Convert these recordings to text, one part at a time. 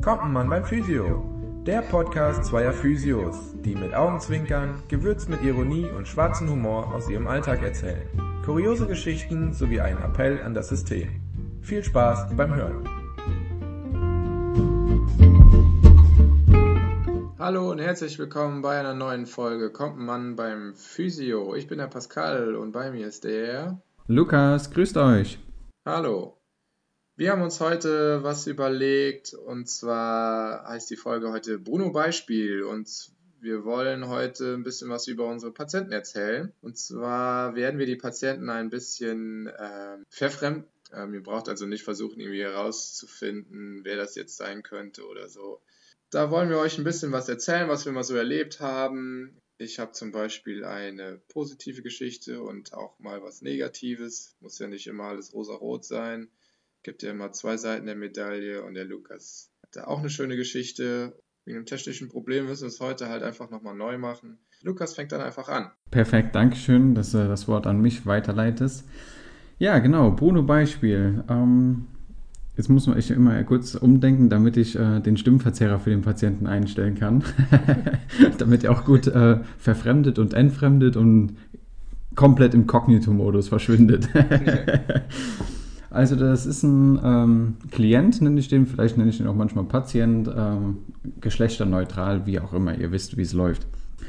Kommt ein Mann beim Physio. Der Podcast zweier Physios, die mit Augenzwinkern, gewürzt mit Ironie und schwarzem Humor aus ihrem Alltag erzählen. Kuriose Geschichten sowie ein Appell an das System. Viel Spaß beim Hören. Hallo und herzlich willkommen bei einer neuen Folge Kommt ein Mann beim Physio. Ich bin der Pascal und bei mir ist der Lukas, grüßt euch. Hallo. Wir haben uns heute was überlegt und zwar heißt die Folge heute Bruno Beispiel und wir wollen heute ein bisschen was über unsere Patienten erzählen. Und zwar werden wir die Patienten ein bisschen verfremden. Ihr braucht also nicht versuchen, irgendwie herauszufinden, wer das jetzt sein könnte oder so. Da wollen wir euch ein bisschen was erzählen, was wir mal so erlebt haben. Ich habe zum Beispiel eine positive Geschichte und auch mal was Negatives. Muss ja nicht immer alles rosa-rot sein. Gibt ja immer zwei Seiten der Medaille und der Lukas hat da auch eine schöne Geschichte. Wegen einem technischen Problem müssen wir es heute halt einfach nochmal neu machen. Lukas fängt dann einfach an. Perfekt, Dankeschön, dass du das Wort an mich weiterleitest. Ja, genau, Bruno Beispiel. Jetzt muss ich immer kurz umdenken, damit ich den Stimmverzerrer für den Patienten einstellen kann. Damit er auch gut verfremdet und entfremdet und komplett im Kognito-Modus verschwindet. Also das ist ein Klient, nenne ich den, vielleicht nenne ich den auch manchmal Patient, geschlechterneutral, wie auch immer, ihr wisst, wie es läuft.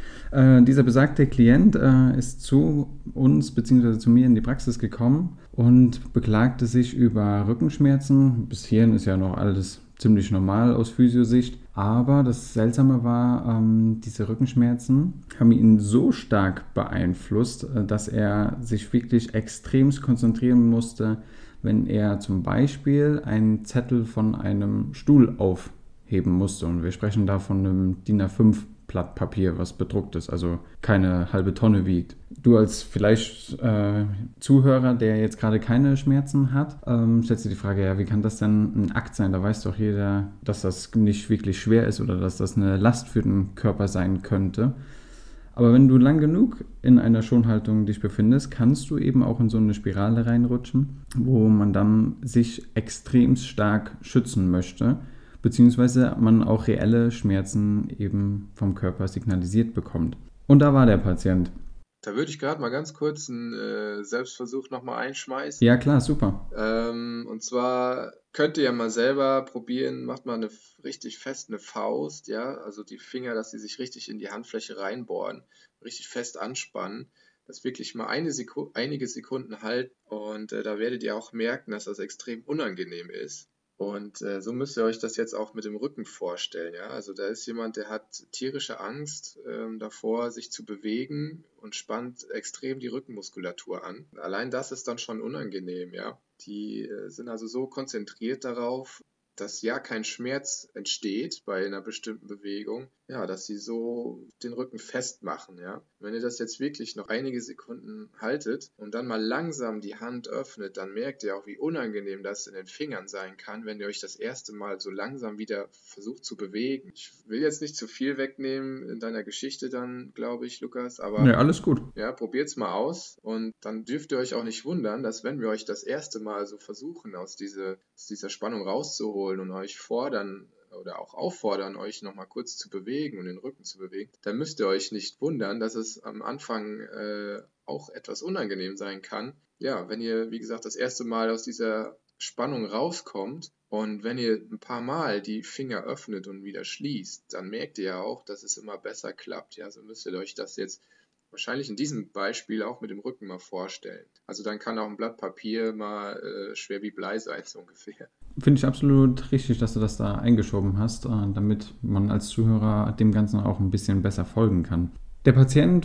Dieser besagte Klient ist zu uns bzw. zu mir in die Praxis gekommen und beklagte sich über Rückenschmerzen. Bis hierhin ist ja noch alles ziemlich normal aus Physiosicht. Aber das Seltsame war, diese Rückenschmerzen haben ihn so stark beeinflusst, dass er sich wirklich extremst konzentrieren musste, wenn er zum Beispiel einen Zettel von einem Stuhl aufheben musste. Und wir sprechen da von einem DIN A5 Blatt Papier, was bedruckt ist, also keine halbe Tonne wiegt. Du als vielleicht Zuhörer, der jetzt gerade keine Schmerzen hat, stellst dir die Frage, ja, wie kann das denn ein Akt sein? Da weiß doch jeder, dass das nicht wirklich schwer ist oder dass das eine Last für den Körper sein könnte. Aber wenn du lang genug in einer Schonhaltung dich befindest, kannst du eben auch in so eine Spirale reinrutschen, wo man dann sich extrem stark schützen möchte, beziehungsweise man auch reelle Schmerzen eben vom Körper signalisiert bekommt. Und da war der Patient. Da würde ich gerade mal ganz kurz einen Selbstversuch nochmal einschmeißen. Ja klar, super. Und zwar könnt ihr ja mal selber probieren, macht mal eine richtig fest eine Faust, ja, also die Finger, dass sie sich richtig in die Handfläche reinbohren, richtig fest anspannen, das wirklich mal einige Sekunden halten und da werdet ihr auch merken, dass das extrem unangenehm ist. Und so müsst ihr euch das jetzt auch mit dem Rücken vorstellen. Ja? Also da ist jemand, der hat tierische Angst davor, sich zu bewegen und spannt extrem die Rückenmuskulatur an. Allein das ist dann schon unangenehm. Ja? Die sind also so konzentriert darauf, dass ja kein Schmerz entsteht bei einer bestimmten Bewegung, ja, dass sie so den Rücken festmachen, ja. Wenn ihr das jetzt wirklich noch einige Sekunden haltet und dann mal langsam die Hand öffnet, dann merkt ihr auch, wie unangenehm das in den Fingern sein kann, wenn ihr euch das erste Mal so langsam wieder versucht zu bewegen. Ich will jetzt nicht zu viel wegnehmen in deiner Geschichte dann, glaube ich, Lukas, aber Ja, alles gut. ja, probiert's mal aus und dann dürft ihr euch auch nicht wundern, dass wenn wir euch das erste Mal so versuchen, aus dieser Spannung rauszuholen und euch fordern oder auch auffordern, euch nochmal kurz zu bewegen und den Rücken zu bewegen, dann müsst ihr euch nicht wundern, dass es am Anfang auch etwas unangenehm sein kann. Ja, wenn ihr, wie gesagt, das erste Mal aus dieser Spannung rauskommt und wenn ihr ein paar Mal die Finger öffnet und wieder schließt, dann merkt ihr ja auch, dass es immer besser klappt. Ja, so müsst ihr euch das jetzt wahrscheinlich in diesem Beispiel auch mit dem Rücken mal vorstellen. Also dann kann auch ein Blatt Papier mal schwer wie Blei sein, so ungefähr. Finde ich absolut richtig, dass du das da eingeschoben hast, damit man als Zuhörer dem Ganzen auch ein bisschen besser folgen kann. Der Patient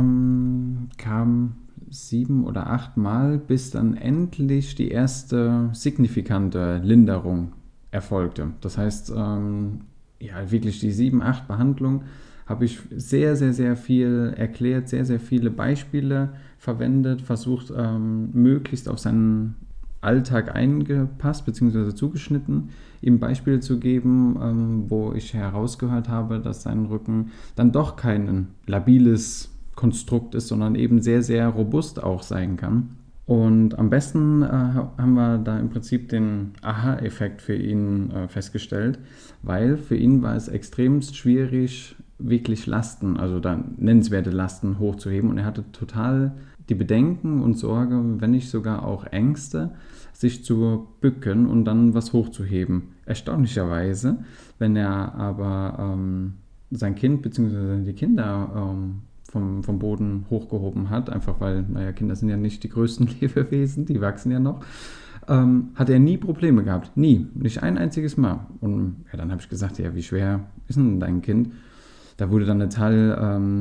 kam 7 oder 8 Mal, bis dann endlich die erste signifikante Linderung erfolgte. Das heißt, ja, wirklich die 7, 8 Behandlungen habe ich sehr, sehr, sehr viel erklärt, sehr, sehr viele Beispiele verwendet, versucht, möglichst auf seinen Alltag eingepasst bzw. zugeschnitten, ihm Beispiele zu geben, wo ich herausgehört habe, dass sein Rücken dann doch kein labiles Konstrukt ist, sondern eben sehr, sehr robust auch sein kann. Und am besten haben wir da im Prinzip den Aha-Effekt für ihn festgestellt, weil für ihn war es extremst schwierig, wirklich Lasten, also dann nennenswerte Lasten hochzuheben. Und er hatte total die Bedenken und Sorge, wenn nicht sogar auch Ängste, sich zu bücken und dann was hochzuheben. Erstaunlicherweise, wenn er aber sein Kind bzw. die Kinder vom Boden hochgehoben hat, einfach weil, naja, Kinder sind ja nicht die größten Lebewesen, die wachsen ja noch, hat er nie Probleme gehabt. Nie. Nicht ein einziges Mal. Und ja, dann habe ich gesagt, ja, wie schwer ist denn dein Kind? Da wurde dann eine Zahl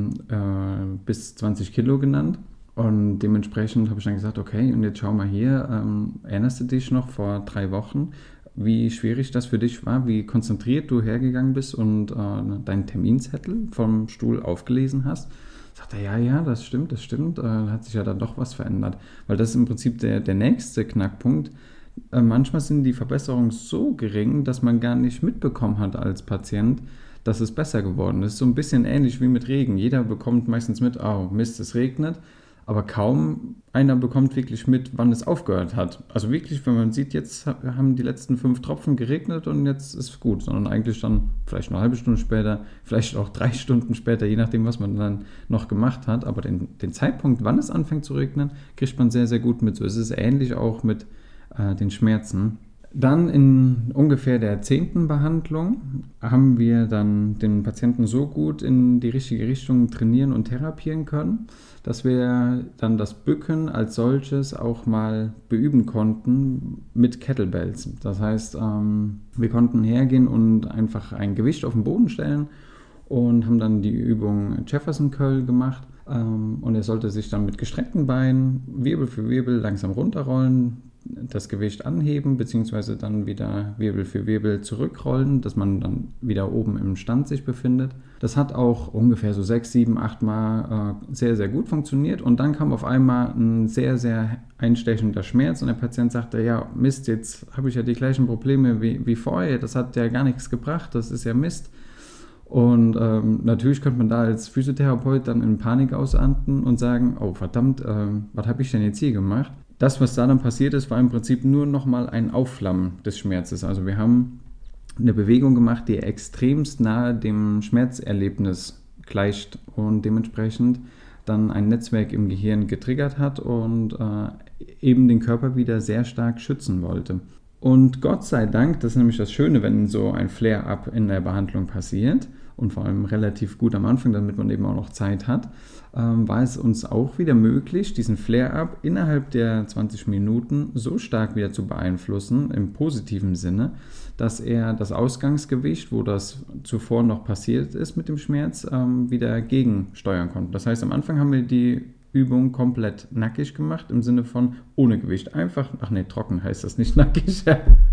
bis 20 Kilo genannt. Und dementsprechend habe ich dann gesagt, okay, und jetzt schau mal hier, erinnerst du dich noch vor 3 Wochen, wie schwierig das für dich war, wie konzentriert du hergegangen bist und deinen Terminzettel vom Stuhl aufgelesen hast? Sagt er, ja, das stimmt, hat sich ja dann doch was verändert. Weil das ist im Prinzip der nächste Knackpunkt. Manchmal sind die Verbesserungen so gering, dass man gar nicht mitbekommen hat als Patient, dass es besser geworden ist. So ein bisschen ähnlich wie mit Regen. Jeder bekommt meistens mit, oh Mist, es regnet, aber kaum einer bekommt wirklich mit, wann es aufgehört hat. Also wirklich, wenn man sieht, jetzt haben die letzten 5 Tropfen geregnet und jetzt ist gut, sondern eigentlich dann vielleicht eine halbe Stunde später, vielleicht auch 3 Stunden später, je nachdem, was man dann noch gemacht hat. Aber den Zeitpunkt, wann es anfängt zu regnen, kriegt man sehr, sehr gut mit. So ist es ähnlich auch mit den Schmerzen. Dann in ungefähr der 10. Behandlung haben wir dann den Patienten so gut in die richtige Richtung trainieren und therapieren können, dass wir dann das Bücken als solches auch mal beüben konnten mit Kettlebells. Das heißt, wir konnten hergehen und einfach ein Gewicht auf den Boden stellen und haben dann die Übung Jefferson Curl gemacht. Und er sollte sich dann mit gestreckten Beinen Wirbel für Wirbel langsam runterrollen, das Gewicht anheben, beziehungsweise dann wieder Wirbel für Wirbel zurückrollen, dass man dann wieder oben im Stand sich befindet. Das hat auch ungefähr so 6, 7, 8 Mal sehr, sehr gut funktioniert. Und dann kam auf einmal ein sehr, sehr einstechender Schmerz und der Patient sagte, ja Mist, jetzt habe ich ja die gleichen Probleme wie vorher, das hat ja gar nichts gebracht, das ist ja Mist. Und natürlich könnte man da als Physiotherapeut dann in Panik ausarten und sagen, oh verdammt, was habe ich denn jetzt hier gemacht? Das, was da dann passiert ist, war im Prinzip nur nochmal ein Aufflammen des Schmerzes. Also wir haben eine Bewegung gemacht, die extremst nahe dem Schmerzerlebnis gleicht und dementsprechend dann ein Netzwerk im Gehirn getriggert hat und eben den Körper wieder sehr stark schützen wollte. Und Gott sei Dank, das ist nämlich das Schöne, wenn so ein Flare-up in der Behandlung passiert und vor allem relativ gut am Anfang, damit man eben auch noch Zeit hat, war es uns auch wieder möglich, diesen Flare-up innerhalb der 20 Minuten so stark wieder zu beeinflussen, im positiven Sinne, dass er das Ausgangsgewicht, wo das zuvor noch passiert ist mit dem Schmerz, wieder gegensteuern konnte. Das heißt, am Anfang haben wir die Übung komplett nackig gemacht, im Sinne von ohne Gewicht. Einfach, ach nee, trocken heißt das, nicht nackig. Ich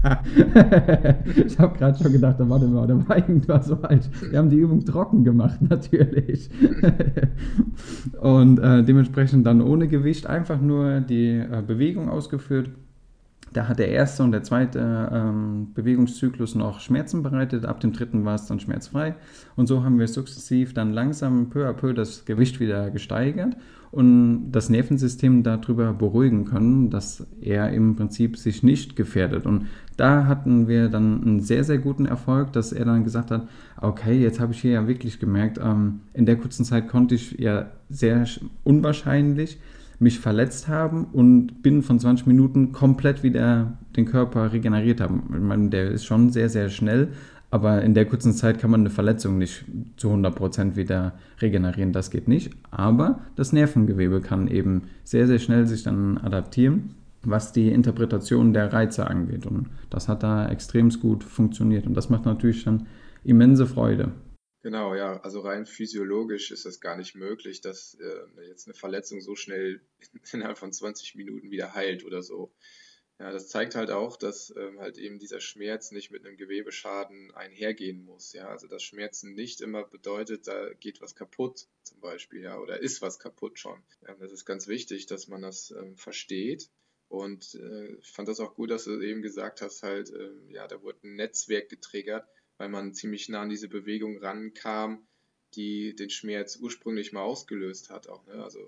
habe gerade schon gedacht, da war irgendwas so falsch. Wir haben die Übung trocken gemacht, natürlich. Und dementsprechend dann ohne Gewicht einfach nur die Bewegung ausgeführt. Da hat der erste und der zweite Bewegungszyklus noch Schmerzen bereitet. Ab dem dritten war es dann schmerzfrei. Und so haben wir sukzessiv dann langsam peu à peu das Gewicht wieder gesteigert und das Nervensystem darüber beruhigen können, dass er im Prinzip sich nicht gefährdet. Und da hatten wir dann einen sehr, sehr guten Erfolg, dass er dann gesagt hat, okay, jetzt habe ich hier ja wirklich gemerkt, in der kurzen Zeit konnte ich ja sehr unwahrscheinlich mich verletzt haben und binnen von 20 Minuten komplett wieder den Körper regeneriert haben. Ich meine, der ist schon sehr, sehr schnell, aber in der kurzen Zeit kann man eine Verletzung nicht zu 100% wieder regenerieren. Das geht nicht. Aber das Nervengewebe kann eben sehr, sehr schnell sich dann adaptieren, was die Interpretation der Reize angeht. Und das hat da extrem gut funktioniert. Und das macht natürlich dann immense Freude. Genau, ja, also rein physiologisch ist das gar nicht möglich, dass jetzt eine Verletzung so schnell innerhalb von 20 Minuten wieder heilt oder so. Ja, das zeigt halt auch, dass halt eben dieser Schmerz nicht mit einem Gewebeschaden einhergehen muss. Ja, also dass Schmerzen nicht immer bedeutet, da geht was kaputt zum Beispiel, ja, oder ist was kaputt schon. Ja, das ist ganz wichtig, dass man das versteht. Und ich fand das auch gut, dass du eben gesagt hast, halt, ja, da wurde ein Netzwerk getriggert, weil man ziemlich nah an diese Bewegung rankam, die den Schmerz ursprünglich mal ausgelöst hat auch, ne? Also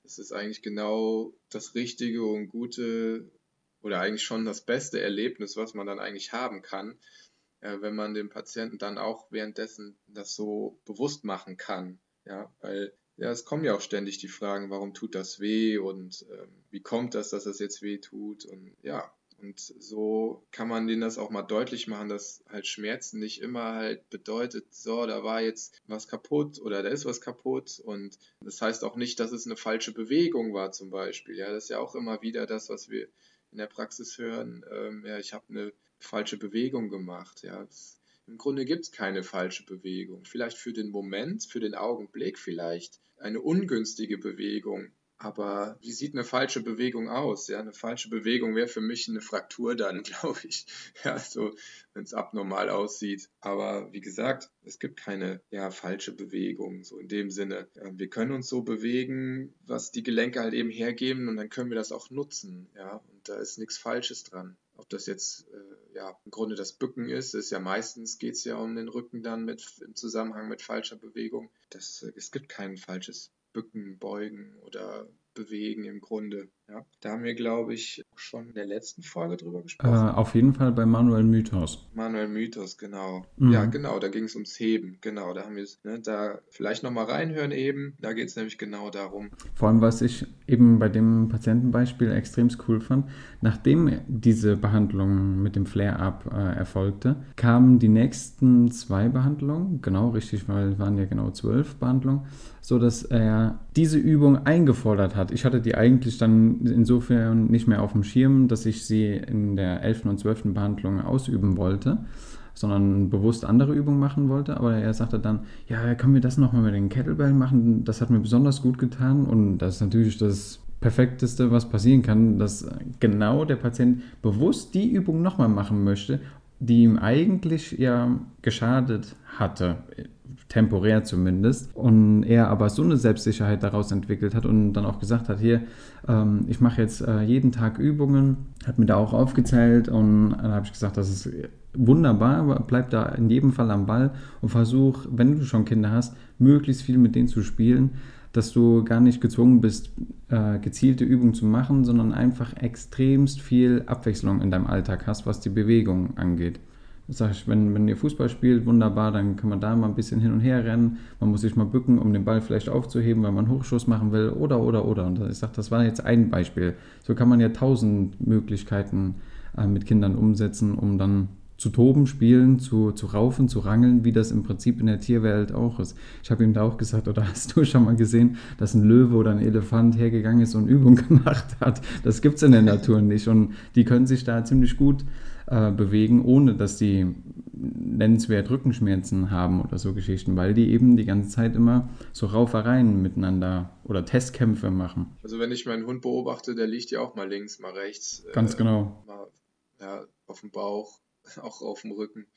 es ist eigentlich genau das Richtige und Gute oder eigentlich schon das beste Erlebnis, was man dann eigentlich haben kann, wenn man dem Patienten dann auch währenddessen das so bewusst machen kann. Ja, weil ja, es kommen ja auch ständig die Fragen, warum tut das weh und wie kommt das, dass das jetzt weh tut und ja, und so kann man denen das auch mal deutlich machen, dass halt Schmerzen nicht immer halt bedeutet, so, da war jetzt was kaputt oder da ist was kaputt und das heißt auch nicht, dass es eine falsche Bewegung war zum Beispiel. Ja, das ist ja auch immer wieder das, was wir in der Praxis hören. Ja, ich habe eine falsche Bewegung gemacht. Ja, im Grunde gibt es keine falsche Bewegung. Vielleicht für den Moment, für den Augenblick vielleicht eine ungünstige Bewegung. Aber wie sieht eine falsche Bewegung aus? Ja, eine falsche Bewegung wäre für mich eine Fraktur dann, glaube ich. Ja, so, wenn es abnormal aussieht. Aber wie gesagt, es gibt keine ja, falsche Bewegung, so in dem Sinne. Wir können uns so bewegen, was die Gelenke halt eben hergeben und dann können wir das auch nutzen. Ja, und da ist nichts Falsches dran. Ob das jetzt ja im Grunde das Bücken ist ja meistens geht es ja um den Rücken dann im Zusammenhang mit falscher Bewegung. Es gibt kein falsches Bücken, Beugen oder Bewegen im Grunde. Ja, da haben wir, glaube ich, schon in der letzten Folge drüber gesprochen. Auf jeden Fall bei Manuel Mythos. Manuel Mythos, genau. Ja, Mhm. genau, da ging es ums Heben, genau, da haben wir es, ne, da vielleicht nochmal reinhören eben, da geht es nämlich genau darum. Vor allem, was ich eben bei dem Patientenbeispiel extrem cool fand, nachdem diese Behandlung mit dem Flare-up erfolgte, kamen die nächsten 2 Behandlungen, genau richtig, weil es waren ja genau 12 Behandlungen, so dass er diese Übung eingefordert hat. Ich hatte die eigentlich dann insofern nicht mehr auf dem Schirm, dass ich sie in der 11. und 12. Behandlung ausüben wollte, sondern bewusst andere Übungen machen wollte. Aber er sagte dann, ja, können wir das nochmal mit den Kettlebell machen? Das hat mir besonders gut getan und das ist natürlich das Perfekteste, was passieren kann, dass genau der Patient bewusst die Übung nochmal machen möchte, die ihm eigentlich ja geschadet hatte, temporär zumindest. Und er aber so eine Selbstsicherheit daraus entwickelt hat und dann auch gesagt hat, hier, ich mache jetzt jeden Tag Übungen, hat mir da auch aufgezählt und dann habe ich gesagt, das ist wunderbar, bleib da in jedem Fall am Ball und versuch, wenn du schon Kinder hast, möglichst viel mit denen zu spielen, dass du gar nicht gezwungen bist, gezielte Übungen zu machen, sondern einfach extremst viel Abwechslung in deinem Alltag hast, was die Bewegung angeht. Das sag ich, wenn ihr Fußball spielt, wunderbar, dann kann man da mal ein bisschen hin und her rennen. Man muss sich mal bücken, um den Ball vielleicht aufzuheben, weil man einen Hochschuss machen will oder. Und ich sage, das war jetzt ein Beispiel. So kann man ja 1000 Möglichkeiten mit Kindern umsetzen, um dann zu toben, spielen, zu raufen, zu rangeln, wie das im Prinzip in der Tierwelt auch ist. Ich habe ihm da auch gesagt, oder hast du schon mal gesehen, dass ein Löwe oder ein Elefant hergegangen ist und Übung gemacht hat? Das gibt es in der Natur nicht und die können sich da ziemlich gut bewegen, ohne dass die nennenswert Rückenschmerzen haben oder so Geschichten, weil die eben die ganze Zeit immer so Raufereien miteinander oder Testkämpfe machen. Also wenn ich meinen Hund beobachte, der liegt ja auch mal links, mal rechts, Ganz genau. mal ja, auf dem Bauch, auch auf dem Rücken.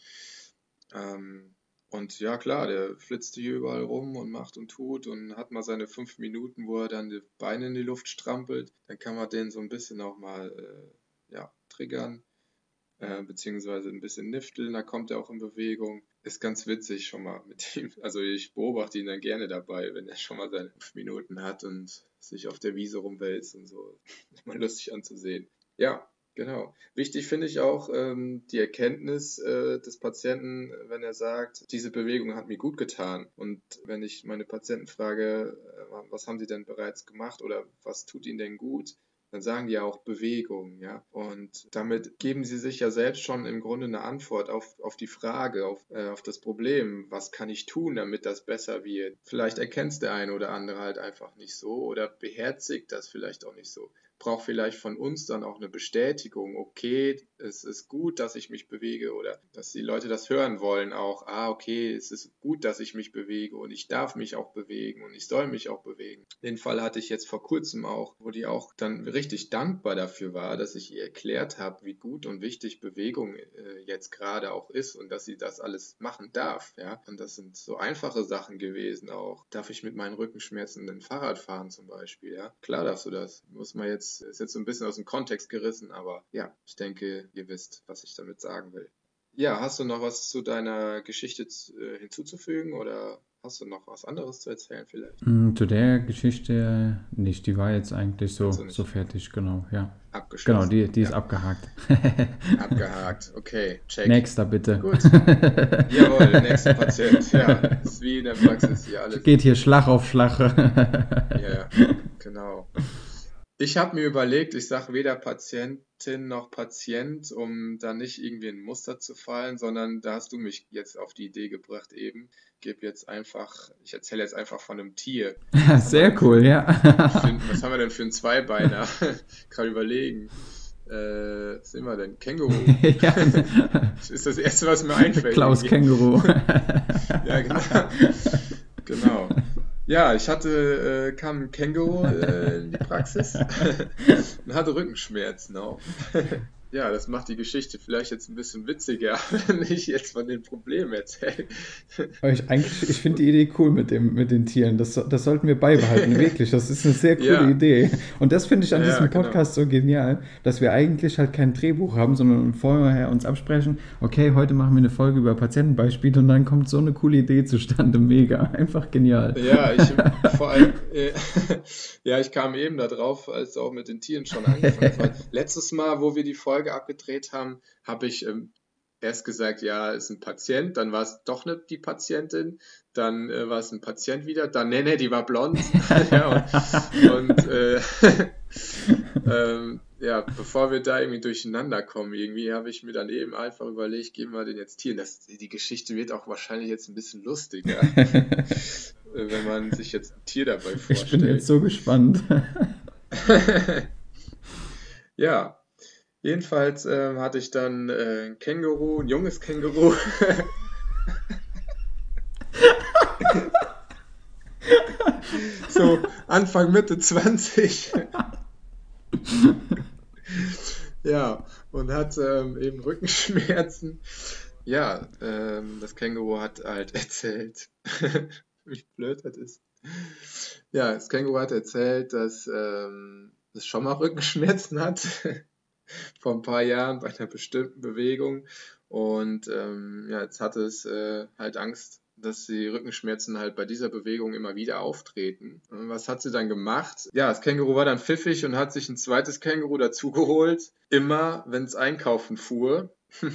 Und ja, klar, der flitzt hier überall rum und macht und tut und hat mal seine 5 Minuten, wo er dann die Beine in die Luft strampelt. Dann kann man den so ein bisschen auch mal ja, triggern, beziehungsweise ein bisschen nifteln. Da kommt er auch in Bewegung. Ist ganz witzig schon mal mit ihm. Also ich beobachte ihn dann gerne dabei, wenn er schon mal seine 5 Minuten hat und sich auf der Wiese rumwälzt und so. Ist mal lustig anzusehen. Ja, genau. Wichtig finde ich auch die Erkenntnis des Patienten, wenn er sagt, diese Bewegung hat mir gut getan. Und wenn ich meine Patienten frage, was haben sie denn bereits gemacht oder was tut ihnen denn gut, dann sagen die ja auch Bewegung, ja. Und damit geben sie sich ja selbst schon im Grunde eine Antwort auf die Frage, auf das Problem, was kann ich tun, damit das besser wird. Vielleicht erkennt es der eine oder andere halt einfach nicht so oder beherzigt das vielleicht auch nicht so. Braucht vielleicht von uns dann auch eine Bestätigung, okay, es ist gut, dass ich mich bewege oder dass die Leute das hören wollen auch, okay, es ist gut, dass ich mich bewege und ich darf mich auch bewegen und ich soll mich auch bewegen. Den Fall hatte ich jetzt vor kurzem auch, wo die auch dann richtig dankbar dafür war, dass ich ihr erklärt habe, wie gut und wichtig Bewegung jetzt gerade auch ist und dass sie das alles machen darf, ja. Und das sind so einfache Sachen gewesen auch. Darf ich mit meinen Rückenschmerzen ein Fahrrad fahren zum Beispiel, ja? Klar darfst du das. Muss man jetzt, ist jetzt so ein bisschen aus dem Kontext gerissen, aber ja, ich denke, ihr wisst, was ich damit sagen will. Ja, hast du noch was zu deiner Geschichte hinzuzufügen oder? hast du noch was anderes zu erzählen vielleicht? Zu der Geschichte nicht. Die war jetzt eigentlich Dazu so nicht. fertig, genau, ja. Genau, Abgeschlossen. die ist Ja, abgehakt. abgehakt. Okay, check. Nächster bitte. Gut. Jawohl, nächster Patient. Ja, ist wie in der Praxis hier alles. Geht hier Schlag auf Schlag. Ja, genau. Ich habe mir überlegt, ich sage weder Patientin noch Patient, um da nicht irgendwie in ein Muster zu fallen, sondern da hast du mich jetzt auf die Idee gebracht eben. Ich erzähle jetzt einfach von einem Tier. Was haben wir Sehr denn cool, ja. was haben wir denn für einen Zweibeiner? Gerade überlegen. Was sind wir denn? Känguru. Ja. Das ist das Erste, was mir einfällt. Klaus Irgendwie. Känguru. Ja, genau. Genau. Ja, kam ein Känguru in die Praxis und hatte Rückenschmerzen auch. Ja, das macht die Geschichte vielleicht jetzt ein bisschen witziger, wenn ich jetzt von den Problemen erzähle. Aber ich finde die Idee cool mit den Tieren. Das sollten wir beibehalten, wirklich. Das ist eine sehr coole Ja, Idee. Und das finde ich an ja, diesem genau. Podcast so genial, dass wir eigentlich halt kein Drehbuch haben, sondern vorher uns absprechen, okay, heute machen wir eine Folge über Patientenbeispiele und dann kommt so eine coole Idee zustande. Mega. Einfach genial. Ja, vor allem, ja, ich kam eben da drauf, als du auch mit den Tieren schon angefangen hast. Weil letztes Mal, wo wir die Folge abgedreht haben, habe ich erst gesagt, ja, ist ein Patient, dann war es doch nicht die Patientin, dann war es ein Patient wieder, dann, nee, die war blond. Ja, und ja, bevor wir da irgendwie durcheinander kommen, irgendwie habe ich mir dann eben einfach überlegt, geben wir den jetzt Tieren. Die Geschichte wird auch wahrscheinlich jetzt ein bisschen lustiger, wenn man sich jetzt ein Tier dabei Ich bin jetzt vorstellt. so gespannt. Ja, jedenfalls hatte ich dann ein Känguru, ein junges Känguru, so Anfang, Mitte 20. Ja, und hat eben Rückenschmerzen. Ja, das Känguru hat halt erzählt, wie blöd das ist. Ja, das Känguru hat erzählt, dass es schon mal Rückenschmerzen hat vor ein paar Jahren bei einer bestimmten Bewegung. Und ja, jetzt hatte es halt Angst, dass die Rückenschmerzen halt bei dieser Bewegung immer wieder auftreten. Und was hat sie dann gemacht? Ja, das Känguru war dann pfiffig und hat sich ein zweites Känguru dazugeholt, immer wenn es einkaufen fuhr.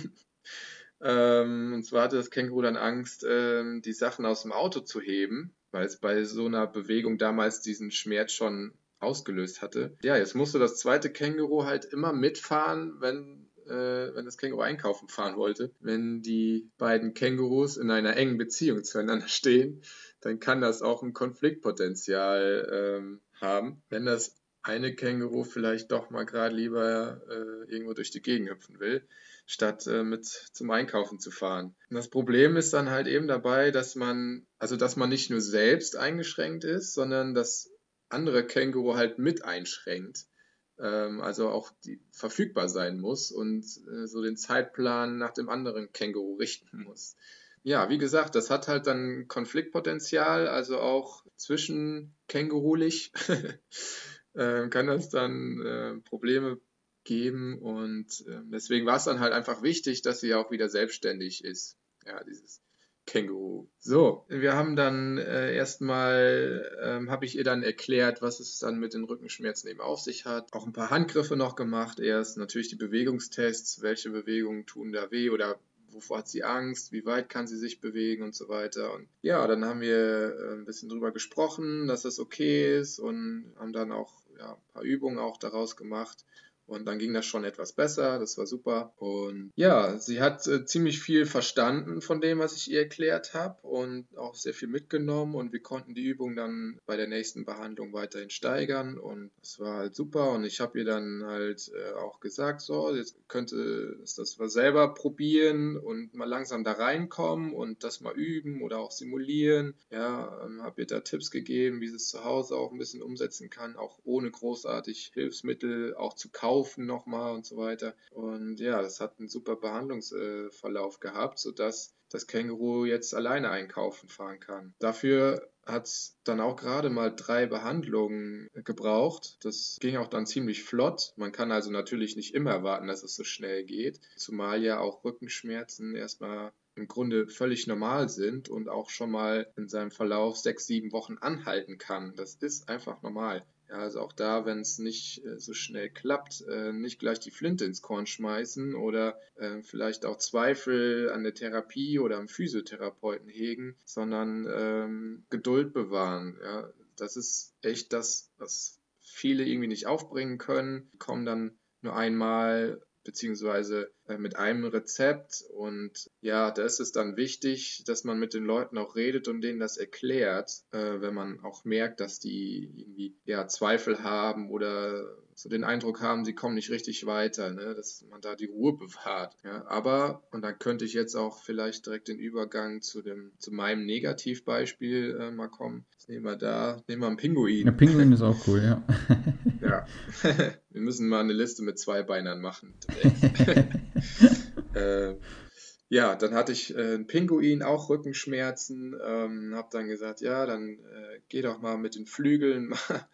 Und zwar hatte das Känguru dann Angst, die Sachen aus dem Auto zu heben, weil es bei so einer Bewegung damals diesen Schmerz schon ausgelöst hatte. Ja, jetzt musste das zweite Känguru halt immer mitfahren, wenn das Känguru einkaufen fahren wollte. Wenn die beiden Kängurus in einer engen Beziehung zueinander stehen, dann kann das auch ein Konfliktpotenzial haben, wenn das eine Känguru vielleicht doch mal gerade lieber irgendwo durch die Gegend hüpfen will, statt mit zum Einkaufen zu fahren. Und das Problem ist dann halt eben dabei, dass man nicht nur selbst eingeschränkt ist, sondern dass andere Känguru halt mit einschränkt. Also auch verfügbar sein muss und so den Zeitplan nach dem anderen Känguru richten muss. Ja, wie gesagt, das hat halt dann Konfliktpotenzial, also auch zwischen Kängurulich kann das dann Probleme geben und deswegen war es dann halt einfach wichtig, dass sie auch wieder selbstständig ist. Ja, dieses Känguru. So, wir haben dann habe ich ihr dann erklärt, was es dann mit den Rückenschmerzen eben auf sich hat. Auch ein paar Handgriffe noch gemacht. Erst natürlich die Bewegungstests, welche Bewegungen tun da weh oder wovor hat sie Angst, wie weit kann sie sich bewegen und so weiter. Und ja, dann haben wir ein bisschen drüber gesprochen, dass das okay ist und haben dann auch ein paar Übungen auch daraus gemacht. Und dann ging das schon etwas besser, das war super. Und ja, sie hat ziemlich viel verstanden von dem, was ich ihr erklärt habe und auch sehr viel mitgenommen. Und wir konnten die Übung dann bei der nächsten Behandlung weiterhin steigern. Und es war halt super. Und ich habe ihr dann halt auch gesagt, so, jetzt könnte es das mal selber probieren und mal langsam da reinkommen und das mal üben oder auch simulieren. Ja, habe ihr da Tipps gegeben, wie sie es zu Hause auch ein bisschen umsetzen kann, auch ohne großartig Hilfsmittel auch zu kaufen nochmal und so weiter. Und ja, das hat einen super Behandlungsverlauf gehabt, sodass das Känguru jetzt alleine einkaufen fahren kann. Dafür hat es dann auch gerade mal 3 Behandlungen gebraucht. Das ging auch dann ziemlich flott. Man kann also natürlich nicht immer warten, dass es so schnell geht, zumal ja auch Rückenschmerzen erstmal im Grunde völlig normal sind und auch schon mal in seinem Verlauf 6, 7 Wochen anhalten kann. Das ist einfach normal. Ja, also auch da, wenn es nicht so schnell klappt, nicht gleich die Flinte ins Korn schmeißen oder vielleicht auch Zweifel an der Therapie oder am Physiotherapeuten hegen, sondern Geduld bewahren. Ja. Das ist echt das, was viele irgendwie nicht aufbringen können, kommen dann nur einmal beziehungsweise mit einem Rezept. Und ja, da ist es dann wichtig, dass man mit den Leuten auch redet und denen das erklärt, wenn man auch merkt, dass die irgendwie ja, Zweifel haben oder so den Eindruck haben, sie kommen nicht richtig weiter, ne? Dass man da die Ruhe bewahrt. Ja, aber, und dann könnte ich jetzt auch vielleicht direkt den Übergang zu meinem Negativbeispiel mal kommen. Was nehmen wir einen Der Pinguin. Pinguin ist auch cool, ja. Ja, wir müssen mal eine Liste mit Zweibeinern machen demnächst. äh, ja, dann hatte ich einen Pinguin, auch Rückenschmerzen, habe dann gesagt, ja, dann geh doch mal mit den Flügeln mal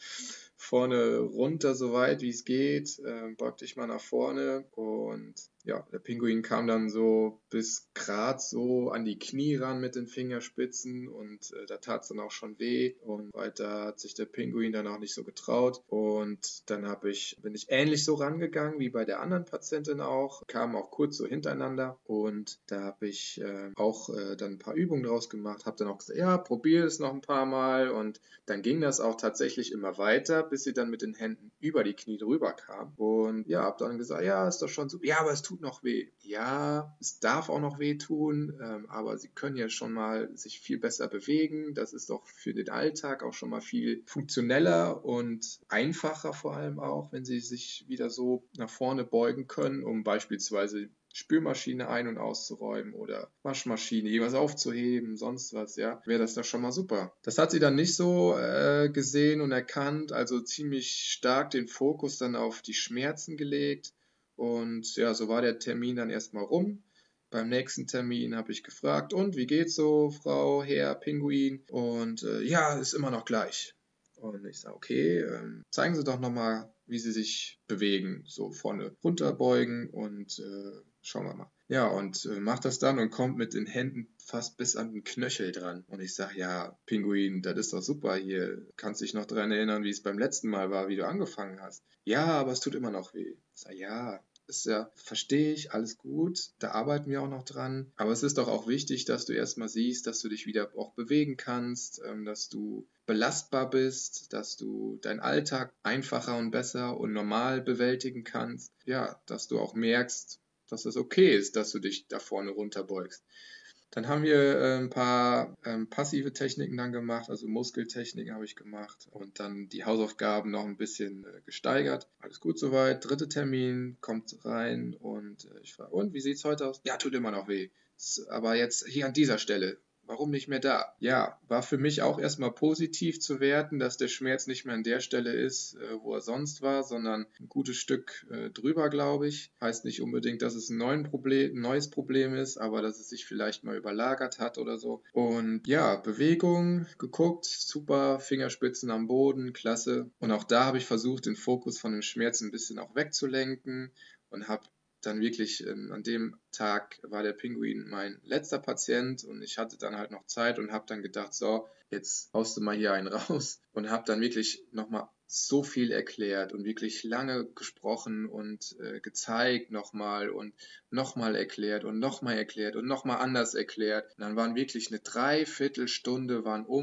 vorne runter, so weit wie es geht, beug dich mal nach vorne und ja, der Pinguin kam dann so bis grad so an die Knie ran mit den Fingerspitzen und da tat es dann auch schon weh und weiter hat sich der Pinguin dann auch nicht so getraut und dann bin ich ähnlich so rangegangen wie bei der anderen Patientin auch, kamen auch kurz so hintereinander und da habe ich auch dann ein paar Übungen draus gemacht, habe dann auch gesagt, ja, probier es noch ein paar Mal und dann ging das auch tatsächlich immer weiter, bis sie dann mit den Händen über die Knie drüber kam. Und ja, habe dann gesagt, ja, ist doch schon so. Ja, aber es tut noch weh. Ja, es darf auch noch weh tun, aber sie können ja schon mal sich viel besser bewegen. Das ist doch für den Alltag auch schon mal viel funktioneller und einfacher vor allem auch, wenn sie sich wieder so nach vorne beugen können, um beispielsweise Spülmaschine ein- und auszuräumen oder Waschmaschine, irgendwas aufzuheben, sonst was, ja, wäre das doch schon mal super. Das hat sie dann nicht so gesehen und erkannt, also ziemlich stark den Fokus dann auf die Schmerzen gelegt und ja, so war der Termin dann erstmal rum. Beim nächsten Termin habe ich gefragt, und wie geht's so, Frau, Herr Pinguin? Und ja, ist immer noch gleich. Und ich sage, okay, zeigen Sie doch nochmal, wie Sie sich bewegen. So vorne runterbeugen und schauen wir mal. Ja, und macht das dann und kommt mit den Händen fast bis an den Knöchel dran. Und ich sage, ja, Pinguin, das ist doch super hier. Kannst dich noch daran erinnern, wie es beim letzten Mal war, wie du angefangen hast? Ja, aber es tut immer noch weh. Ich sage, ja, ist ja, verstehe ich, alles gut, da arbeiten wir auch noch dran. Aber es ist doch auch wichtig, dass du erstmal siehst, dass du dich wieder auch bewegen kannst, dass du belastbar bist, dass du deinen Alltag einfacher und besser und normal bewältigen kannst. Ja, dass du auch merkst, dass es okay ist, dass du dich da vorne runterbeugst. Dann haben wir ein paar passive Techniken dann gemacht, also Muskeltechniken habe ich gemacht und dann die Hausaufgaben noch ein bisschen gesteigert. Alles gut soweit. Dritter Termin kommt rein und ich frage, und wie sieht's heute aus? Ja, tut immer noch weh. Aber jetzt hier an dieser Stelle. Warum nicht mehr da? Ja, war für mich auch erstmal positiv zu werten, dass der Schmerz nicht mehr an der Stelle ist, wo er sonst war, sondern ein gutes Stück drüber, glaube ich. Heißt nicht unbedingt, dass es ein neues Problem ist, aber dass es sich vielleicht mal überlagert hat oder so. Und ja, Bewegung, geguckt, super, Fingerspitzen am Boden, klasse. Und auch da habe ich versucht, den Fokus von dem Schmerz ein bisschen auch wegzulenken und habe dann wirklich an dem Tag war der Pinguin mein letzter Patient und ich hatte dann halt noch Zeit und habe dann gedacht, so, jetzt haust du mal hier einen raus und habe dann wirklich nochmal so viel erklärt und wirklich lange gesprochen und gezeigt nochmal und nochmal erklärt und nochmal erklärt und nochmal anders erklärt. Und dann waren wirklich eine Dreiviertelstunde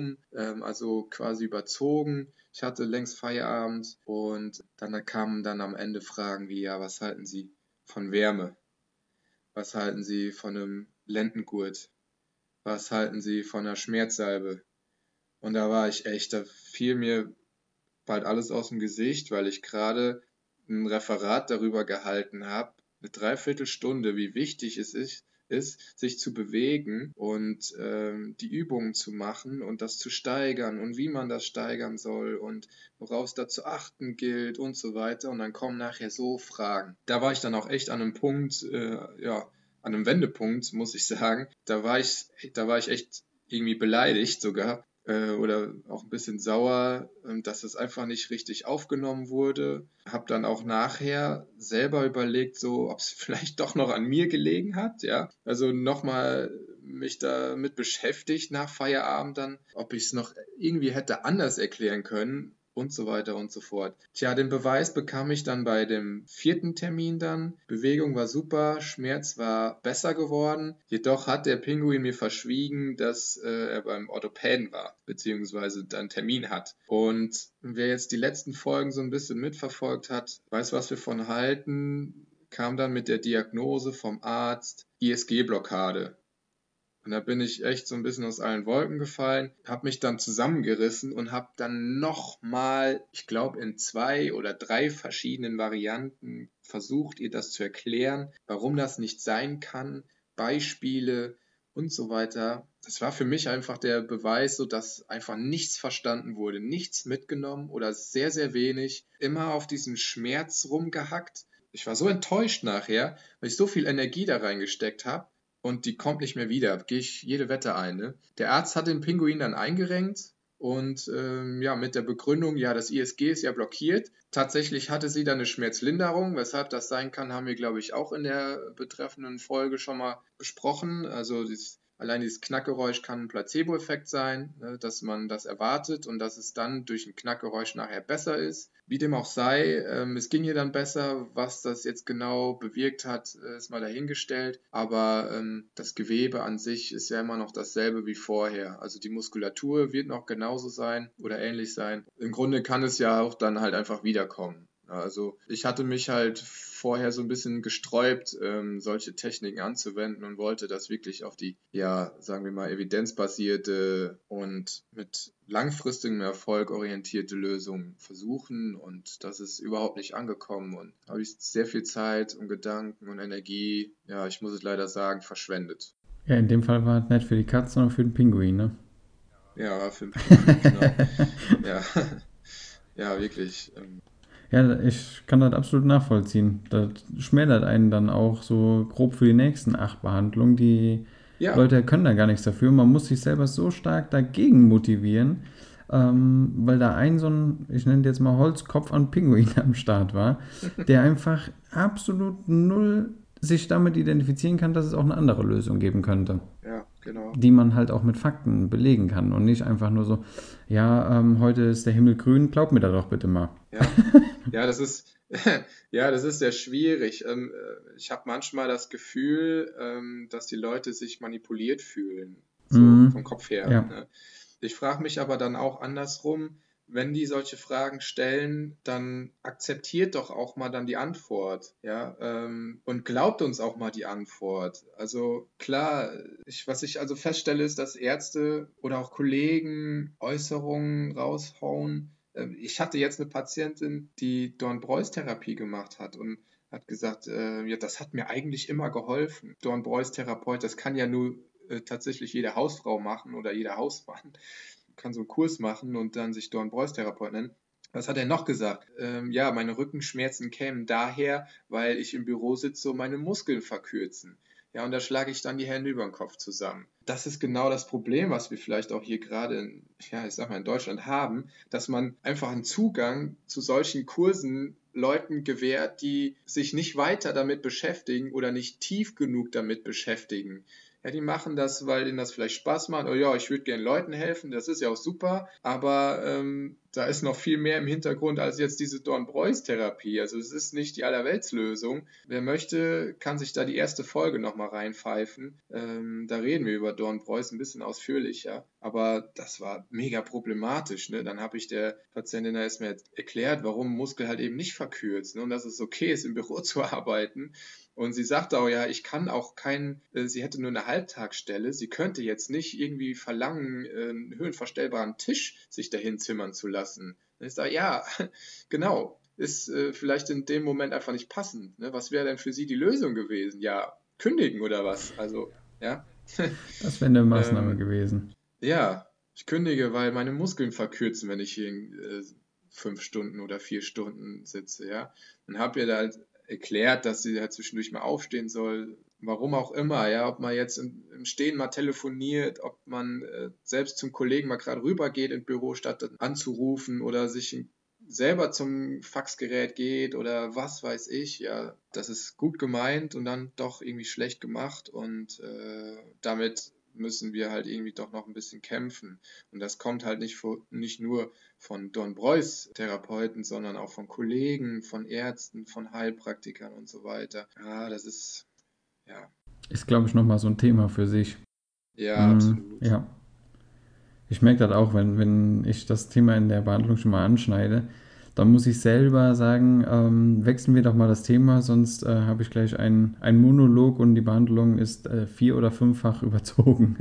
also quasi überzogen. Ich hatte längst Feierabend und dann kamen dann am Ende Fragen wie, ja, was halten Sie von Wärme? Was halten Sie von einem Lendengurt? Was halten Sie von einer Schmerzsalbe? Und da war ich echt, da fiel mir bald alles aus dem Gesicht, weil ich gerade ein Referat darüber gehalten habe, eine Dreiviertelstunde, wie wichtig es ist, sich zu bewegen und die Übungen zu machen und das zu steigern und wie man das steigern soll und woraus da zu achten gilt und so weiter. Und dann kommen nachher so Fragen. Da war ich dann auch echt an einem Punkt, ja, an einem Wendepunkt, muss ich sagen. Da war ich echt irgendwie beleidigt sogar, oder auch ein bisschen sauer, dass es einfach nicht richtig aufgenommen wurde. Habe dann auch nachher selber überlegt, so, ob es vielleicht doch noch an mir gelegen hat, ja. Also nochmal mich damit beschäftigt nach Feierabend dann, ob ich es noch irgendwie hätte anders erklären können und so weiter und so fort. Tja, den Beweis bekam ich dann bei dem 4. Termin dann. Bewegung war super, Schmerz war besser geworden. Jedoch hat der Pinguin mir verschwiegen, dass er beim Orthopäden war, beziehungsweise dann einen Termin hat. Und wer jetzt die letzten Folgen so ein bisschen mitverfolgt hat, weiß, was wir von halten, kam dann mit der Diagnose vom Arzt ISG-Blockade. Und da bin ich echt so ein bisschen aus allen Wolken gefallen, habe mich dann zusammengerissen und habe dann nochmal, ich glaube in 2 oder 3 verschiedenen Varianten versucht, ihr das zu erklären, warum das nicht sein kann, Beispiele und so weiter. Das war für mich einfach der Beweis, so dass einfach nichts verstanden wurde, nichts mitgenommen oder sehr, sehr wenig, immer auf diesen Schmerz rumgehackt. Ich war so enttäuscht nachher, weil ich so viel Energie da reingesteckt habe und die kommt nicht mehr wieder. Gehe ich jede Wette ein. Ne? Der Arzt hat den Pinguin dann eingerenkt und ja, mit der Begründung, ja, das ISG ist ja blockiert. Tatsächlich hatte sie dann eine Schmerzlinderung. Weshalb das sein kann, haben wir, glaube ich, auch in der betreffenden Folge schon mal besprochen. Also allein dieses Knackgeräusch kann ein Placebo-Effekt sein, ne, dass man das erwartet und dass es dann durch ein Knackgeräusch nachher besser ist. Wie dem auch sei, es ging ihr dann besser. Was das jetzt genau bewirkt hat, ist mal dahingestellt. Aber das Gewebe an sich ist ja immer noch dasselbe wie vorher. Also die Muskulatur wird noch genauso sein oder ähnlich sein. Im Grunde kann es ja auch dann halt einfach wiederkommen. Also ich hatte mich halt vorher so ein bisschen gesträubt, solche Techniken anzuwenden und wollte das wirklich auf die, ja, sagen wir mal, evidenzbasierte und mit langfristigem Erfolg orientierte Lösung versuchen und das ist überhaupt nicht angekommen und habe ich sehr viel Zeit und Gedanken und Energie, ja, ich muss es leider sagen, verschwendet. Ja, in dem Fall war es nicht für die Katze, sondern für den Pinguin, ne? Ja, für den Pinguin, genau. Ja, ja, wirklich. Ja, ich kann das absolut nachvollziehen. Das schmälert einen dann auch so grob für die nächsten 8 Behandlungen. Die Ja, Leute können da gar nichts dafür. Man muss sich selber so stark dagegen motivieren, weil da ein so ein, ich nenne jetzt mal Holzkopf an Pinguin am Start war, der einfach absolut null sich damit identifizieren kann, dass es auch eine andere Lösung geben könnte, ja, genau. die man halt auch mit Fakten belegen kann und nicht einfach nur so, ja, heute ist der Himmel grün, glaub mir da doch bitte mal. Ja, ja, das ist, ja, das ist sehr schwierig. Ich habe manchmal das Gefühl, dass die Leute sich manipuliert fühlen, so Mhm. vom Kopf her. Ja, Ne? Ich frage mich aber dann auch andersrum, wenn die solche Fragen stellen, dann akzeptiert doch auch mal dann die Antwort, ja, und glaubt uns auch mal die Antwort. Also klar, was ich also feststelle, ist, dass Ärzte oder auch Kollegen Äußerungen raushauen. Ich hatte jetzt eine Patientin, die Dornbreus-Therapie gemacht hat und hat gesagt, ja, das hat mir eigentlich immer geholfen. Dornbreus-Therapeut, das kann ja nur tatsächlich jede Hausfrau machen oder jeder Hausmann kann so einen Kurs machen und dann sich Dornbreus-Therapeut nennen. Was hat er noch gesagt? Ja, meine Rückenschmerzen kämen daher, weil ich im Büro sitze und meine Muskeln verkürzen. Ja, und da schlage ich dann die Hände über den Kopf zusammen. Das ist genau das Problem, was wir vielleicht auch hier gerade ja, ich sag mal in Deutschland haben, dass man einfach einen Zugang zu solchen Kursen Leuten gewährt, die sich nicht weiter damit beschäftigen oder nicht tief genug damit beschäftigen. Ja, die machen das, weil ihnen das vielleicht Spaß macht. Oh ja, ich würde gerne Leuten helfen, das ist ja auch super, aber da ist noch viel mehr im Hintergrund als jetzt diese Dornbreus-Therapie. Also es ist nicht die Allerweltslösung. Wer möchte, kann sich da die erste Folge nochmal reinpfeifen. Da reden wir über Dornbreus ein bisschen ausführlicher, aber das war mega problematisch. Ne? Dann habe ich der Patientin da erstmal erklärt, warum Muskel halt eben nicht verkürzt, ne? Und dass es okay ist, im Büro zu arbeiten. Und sie sagte auch, ja, ich kann auch sie hätte nur eine Halbtagsstelle, sie könnte jetzt nicht irgendwie verlangen, einen höhenverstellbaren Tisch sich dahin zimmern zu lassen. Und ich sage, ja, genau, ist vielleicht in dem Moment einfach nicht passend. Ne? Was wäre denn für sie die Lösung gewesen? Ja, kündigen oder was? Also, ja. das wäre eine Maßnahme ähm, gewesen. ja, ich kündige, weil meine Muskeln verkürzen, wenn ich hier 5 Stunden oder 4 Stunden sitze, ja. Dann habe ihr da halt erklärt, dass sie halt zwischendurch mal aufstehen soll, Warum auch immer, ja, ob man jetzt im Stehen mal telefoniert, ob man selbst zum Kollegen mal gerade rübergeht ins Büro, statt dann anzurufen oder sich selber zum Faxgerät geht oder was weiß ich, ja, das ist gut gemeint und dann doch irgendwie schlecht gemacht und damit müssen wir halt irgendwie doch noch ein bisschen kämpfen. Und das kommt halt nicht nur von Don Breuß Therapeuten, sondern auch von Kollegen, von Ärzten, von Heilpraktikern und so weiter. Ja, das ist, ja, Ist, glaube ich, nochmal so ein Thema für sich. ja, absolut. Ja. Ich merke das auch, wenn ich das Thema in der Behandlung schon mal anschneide, dann muss ich selber sagen, wechseln wir doch mal das Thema, sonst habe ich gleich einen Monolog und die Behandlung ist 4- oder 5-fach überzogen.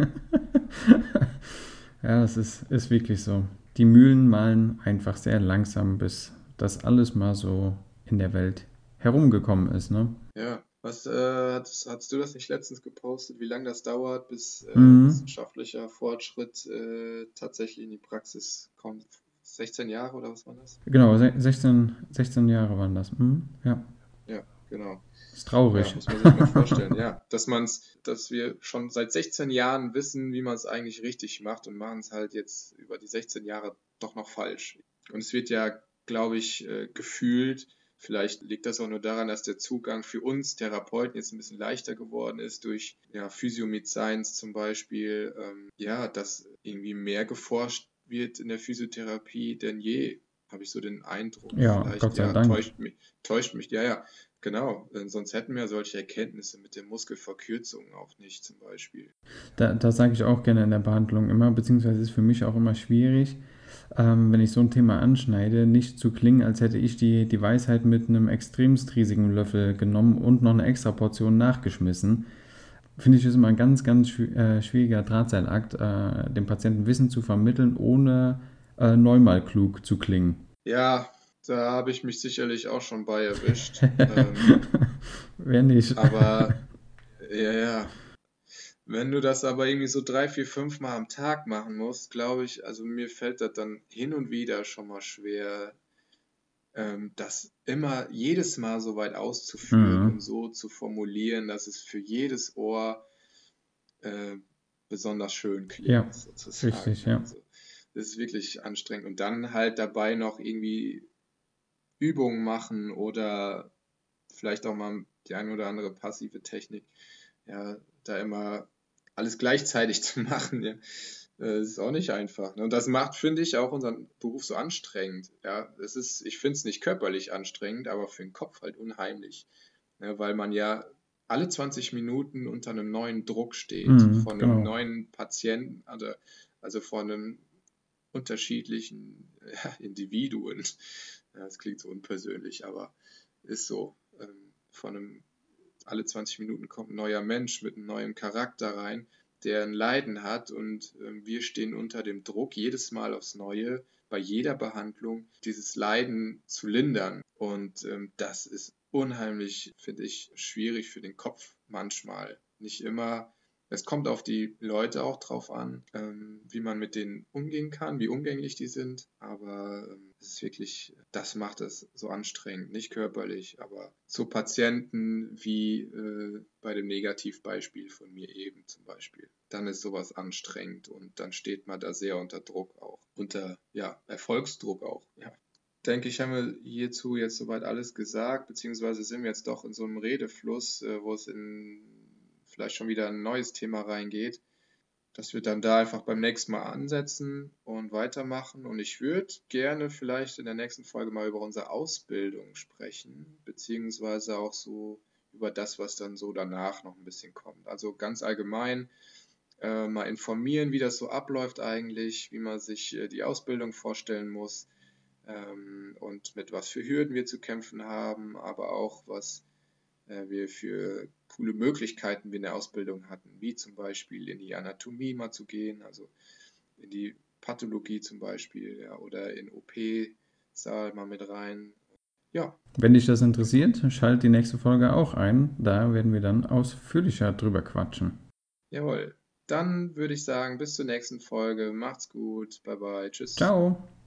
Ja, das ist wirklich so. Die Mühlen malen einfach sehr langsam, bis das alles mal so in der Welt herumgekommen ist, ne? Ja, hast du das nicht letztens gepostet, wie lange das dauert, bis Mhm. wissenschaftlicher Fortschritt tatsächlich in die Praxis kommt? 16 Jahre oder was war das? Genau, 16 Jahre waren das. Mhm. Ja, Ja, genau. ist Ja, traurig. muss man sich mal vorstellen, ja, dass wir schon seit 16 Jahren wissen, wie man es eigentlich richtig macht und machen es halt jetzt über die 16 Jahre doch noch falsch. Und es wird ja, glaube ich, gefühlt, vielleicht liegt das auch nur daran, dass der Zugang für uns Therapeuten jetzt ein bisschen leichter geworden ist durch ja, Physio mit Science zum Beispiel, ja, dass irgendwie mehr geforscht wird in der Physiotherapie denn je, habe ich so den Eindruck. Ja, Vielleicht, Gott sei ja, Dank. täuscht mich, ja, ja. Genau, sonst hätten wir solche Erkenntnisse mit der Muskelverkürzung auch nicht zum Beispiel. Da sage ich auch gerne in der Behandlung immer, beziehungsweise ist für mich auch immer schwierig, wenn ich so ein Thema anschneide, nicht zu klingen, als hätte ich die Weisheit mit einem extremst riesigen Löffel genommen und noch eine extra Portion nachgeschmissen. Finde ich, ist immer ein ganz, ganz schwieriger Drahtseilakt, dem Patienten Wissen zu vermitteln, ohne neunmal klug zu klingen. Ja, da habe ich mich sicherlich auch schon bei erwischt. Wer nicht? Aber ja, ja, wenn du das aber irgendwie so 3, 4, 5 Mal am Tag machen musst, glaube ich, also mir fällt das dann hin und wieder schon mal schwer, das immer jedes Mal so weit auszuführen und Mhm. so zu formulieren, dass es für jedes Ohr äh, besonders schön Ja, klingt, sozusagen. richtig, Ja, ja. also das ist wirklich anstrengend. Und dann halt dabei noch irgendwie Übungen machen oder vielleicht auch mal die eine oder andere passive Technik, ja, da immer alles gleichzeitig zu machen, ja, ist auch nicht einfach. Ne? Und das macht, finde ich, auch unseren Beruf so anstrengend. Ja, ich finde es nicht körperlich anstrengend, aber für den Kopf halt unheimlich. Ne? Weil man ja alle 20 Minuten unter einem neuen Druck steht, Mhm, von einem genau. neuen Patienten, also von einem unterschiedlichen ja, Individuen. Ja, das klingt so unpersönlich, aber ist so. Von einem, alle 20 Minuten kommt ein neuer Mensch mit einem neuen Charakter rein, der ein Leiden hat und wir stehen unter dem Druck, jedes Mal aufs Neue, bei jeder Behandlung, dieses Leiden zu lindern. Und das ist unheimlich, finde ich, schwierig für den Kopf manchmal. Nicht immer. Es kommt auf die Leute auch drauf an, wie man mit denen umgehen kann, wie umgänglich die sind. Aber es ist wirklich, das macht es so anstrengend. Nicht körperlich, aber so Patienten wie bei dem Negativbeispiel von mir eben zum Beispiel. Dann ist sowas anstrengend und dann steht man da sehr unter Druck auch. Unter, ja, Erfolgsdruck auch. Ja. Denke ich, haben wir hierzu jetzt soweit alles gesagt, beziehungsweise sind wir jetzt doch in so einem Redefluss, wo es in vielleicht schon wieder ein neues Thema reingeht, dass wir dann da einfach beim nächsten Mal ansetzen und weitermachen. Und ich würde gerne vielleicht in der nächsten Folge mal über unsere Ausbildung sprechen, beziehungsweise auch so über das, was dann so danach noch ein bisschen kommt. Also ganz allgemein mal informieren, wie das so abläuft eigentlich, wie man sich die Ausbildung vorstellen muss und mit was für Hürden wir zu kämpfen haben, aber auch was wir für coole Möglichkeiten wir in der Ausbildung hatten, wie zum Beispiel in die Anatomie mal zu gehen, also in die Pathologie zum Beispiel, ja, oder in OP-Saal mal mit rein. Ja, Wenn dich das genau. interessiert, schalt die nächste Folge auch ein. Da werden wir dann ausführlicher drüber quatschen. Jawohl. Dann würde ich sagen, bis zur nächsten Folge. Macht's gut. Bye bye. Tschüss. Ciao!